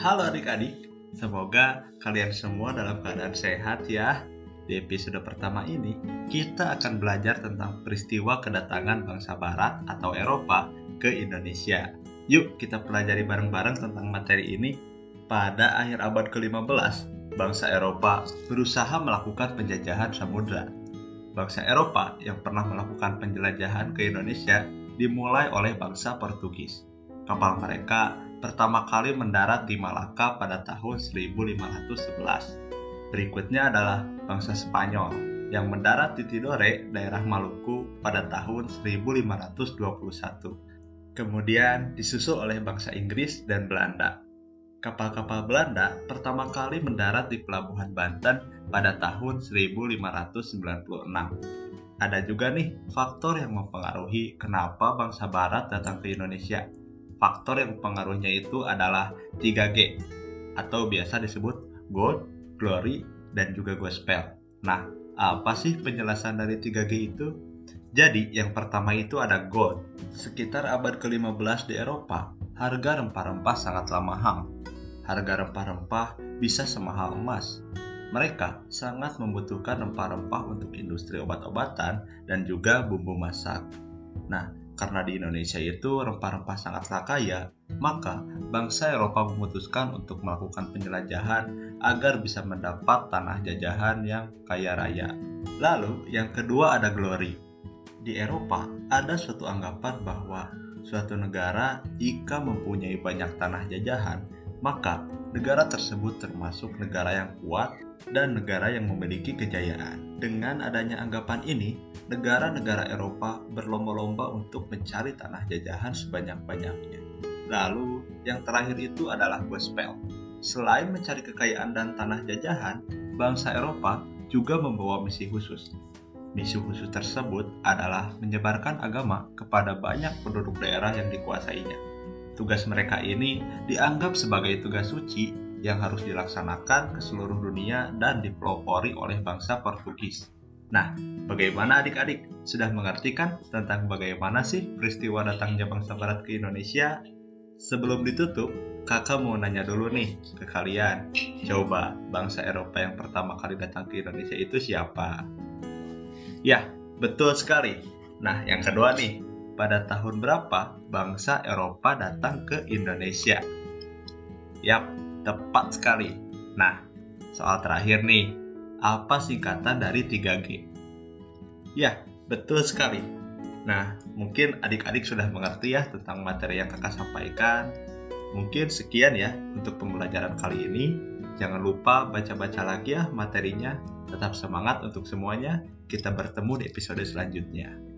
Halo adik-adik, semoga kalian semua dalam keadaan sehat ya. Di episode pertama ini, kita akan belajar tentang peristiwa kedatangan bangsa Barat atau Eropa ke Indonesia. Yuk kita pelajari bareng-bareng tentang materi ini. Pada akhir abad ke-15, bangsa Eropa berusaha melakukan penjajahan samudra. Bangsa Eropa yang pernah melakukan penjelajahan ke Indonesia dimulai oleh bangsa Portugis. Kapal mereka pertama kali mendarat di Malaka pada tahun 1511. Berikutnya adalah bangsa Spanyol yang mendarat di Tidore, daerah Maluku pada tahun 1521. Kemudian disusul oleh bangsa Inggris dan Belanda. Kapal-kapal Belanda pertama kali mendarat di Pelabuhan Banten pada tahun 1596. Ada juga nih faktor yang mempengaruhi kenapa bangsa Barat datang ke Indonesia. Faktor yang mempengaruhinya itu adalah 3G atau biasa disebut gold, glory, dan juga gospel. Nah, apa sih penjelasan dari 3G itu? Jadi, yang pertama itu ada gold. Sekitar abad ke-15 di Eropa, harga rempah-rempah sangatlah mahal. Harga rempah-rempah bisa semahal emas. Mereka sangat membutuhkan rempah-rempah untuk industri obat-obatan dan juga bumbu masak. Nah, karena di Indonesia itu rempah-rempah sangatlah kaya, maka bangsa Eropa memutuskan untuk melakukan penjelajahan agar bisa mendapat tanah jajahan yang kaya raya. Lalu, yang kedua ada glory. Di Eropa, ada suatu anggapan bahwa suatu negara jika mempunyai banyak tanah jajahan, maka negara tersebut termasuk negara yang kuat dan negara yang memiliki kejayaan. Dengan adanya anggapan ini, negara-negara Eropa berlomba-lomba untuk mencari tanah jajahan sebanyak-banyaknya. Lalu, yang terakhir itu adalah gospel. Selain mencari kekayaan dan tanah jajahan, bangsa Eropa juga membawa misi khusus. Misi khusus tersebut adalah menyebarkan agama kepada banyak penduduk daerah yang dikuasainya. Tugas mereka ini dianggap sebagai tugas suci yang harus dilaksanakan ke seluruh dunia dan dipelopori oleh bangsa Portugis. Nah, bagaimana adik-adik? Sudah mengerti kan tentang bagaimana sih peristiwa datangnya bangsa Barat ke Indonesia? Sebelum ditutup, kakak mau nanya dulu nih ke kalian. Coba, bangsa Eropa yang pertama kali datang ke Indonesia itu siapa? Ya, betul sekali. Nah, yang kedua nih, pada tahun berapa bangsa Eropa datang ke Indonesia? Yap, tepat sekali. Nah, soal terakhir nih, apa singkatan dari 3G? Ya, betul sekali. Nah, mungkin adik-adik sudah mengerti ya tentang materi yang kakak sampaikan. Mungkin sekian ya untuk pembelajaran kali ini. Jangan lupa baca-baca lagi ya materinya. Tetap semangat untuk semuanya. Kita bertemu di episode selanjutnya.